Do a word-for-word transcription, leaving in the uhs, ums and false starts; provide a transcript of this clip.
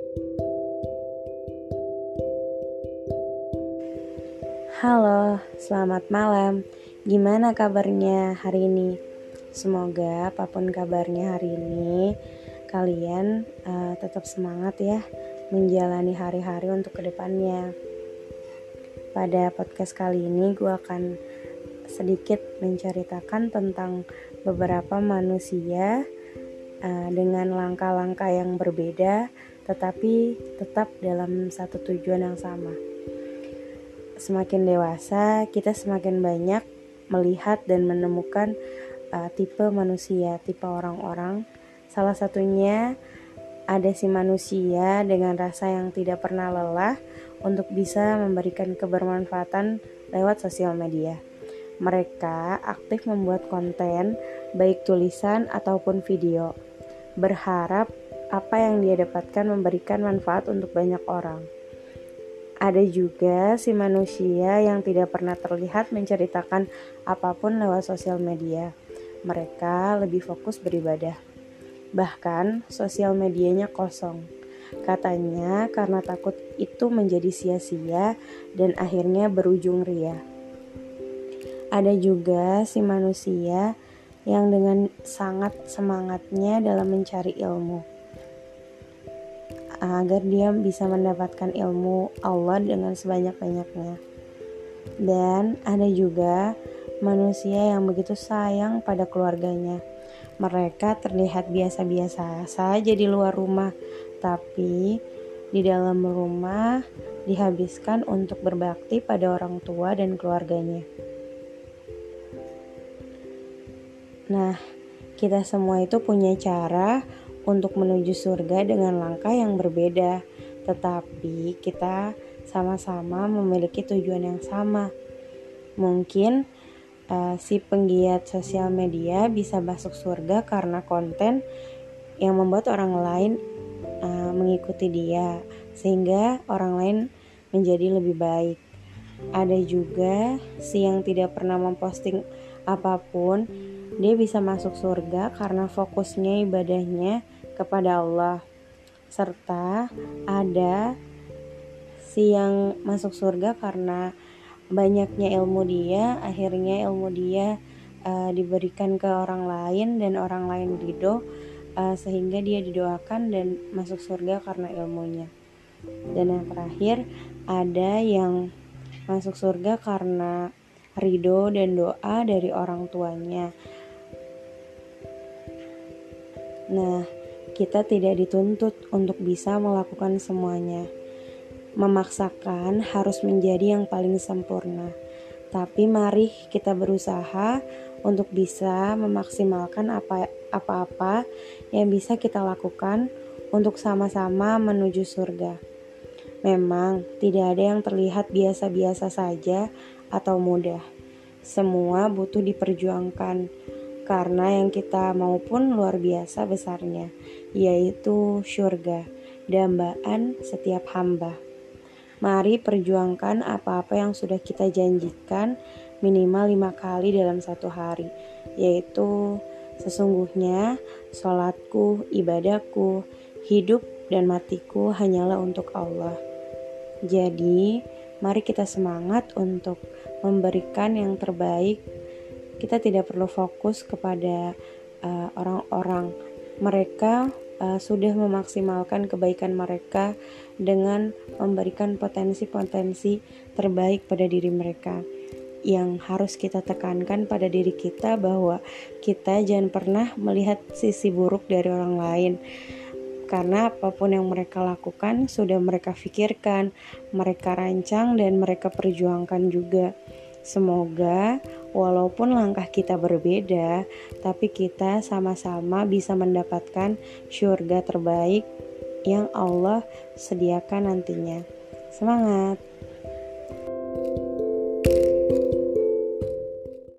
Halo, selamat malam. Gimana kabarnya hari ini? Semoga apapun kabarnya hari ini, kalian uh, tetap semangat ya menjalani hari-hari untuk kedepannya. Pada podcast kali ini gue akan sedikit menceritakan tentang beberapa manusia uh, dengan langkah-langkah yang berbeda, tetapi tetap dalam satu tujuan yang sama. Semakin dewasa, kita semakin banyak melihat dan menemukan uh, tipe manusia, tipe orang-orang. Salah satunya ada si manusia dengan rasa yang tidak pernah lelah untuk bisa memberikan kebermanfaatan lewat sosial media. Mereka aktif membuat konten, baik tulisan ataupun video, berharap apa yang dia dapatkan memberikan manfaat untuk banyak orang. Ada juga si manusia yang tidak pernah terlihat menceritakan apapun lewat sosial media. Mereka lebih fokus beribadah. Bahkan sosial medianya kosong. Katanya karena takut itu menjadi sia-sia dan akhirnya berujung ria. Ada juga si manusia yang dengan sangat semangatnya dalam mencari ilmu, agar dia bisa mendapatkan ilmu Allah dengan sebanyak-banyaknya. Dan ada juga manusia yang begitu sayang pada keluarganya. Mereka terlihat biasa-biasa saja di luar rumah, tapi di dalam rumah dihabiskan untuk berbakti pada orang tua dan keluarganya. Nah, kita semua itu punya cara untuk menuju surga dengan langkah yang berbeda, tetapi kita sama-sama memiliki tujuan yang sama. Mungkin uh, si penggiat sosial media bisa masuk surga karena konten yang membuat orang lain uh, mengikuti dia, sehingga orang lain menjadi lebih baik. Ada juga si yang tidak pernah memposting apapun, dia bisa masuk surga karena fokusnya ibadahnya kepada Allah. Serta ada si yang masuk surga karena banyaknya ilmu dia, akhirnya ilmu dia uh, diberikan ke orang lain dan orang lain ridho, uh, sehingga dia didoakan dan masuk surga karena ilmunya. Dan yang terakhir, ada yang masuk surga karena ridho dan doa dari orang tuanya. Nah, kita tidak dituntut untuk bisa melakukan semuanya, memaksakan harus menjadi yang paling sempurna. Tapi mari kita berusaha untuk bisa memaksimalkan apa, apa-apa yang bisa kita lakukan untuk sama-sama menuju surga. Memang tidak ada yang terlihat biasa-biasa saja atau mudah. Semua butuh diperjuangkan. Karena yang kita mau pun luar biasa besarnya, yaitu syurga, dambaan setiap hamba. Mari perjuangkan apa-apa yang sudah kita janjikan minimal lima kali dalam satu hari, yaitu sesungguhnya sholatku, ibadahku, hidup dan matiku hanyalah untuk Allah. Jadi, mari kita semangat untuk memberikan yang terbaik. Kita tidak perlu fokus kepada uh, orang-orang. Mereka uh, sudah memaksimalkan kebaikan mereka dengan memberikan potensi-potensi terbaik pada diri mereka. Yang harus kita tekankan pada diri kita bahwa kita jangan pernah melihat sisi buruk dari orang lain. Karena apapun yang mereka lakukan sudah mereka pikirkan, mereka rancang dan mereka perjuangkan juga. Semoga walaupun langkah kita berbeda, tapi kita sama-sama bisa mendapatkan syurga terbaik yang Allah sediakan nantinya. Semangat!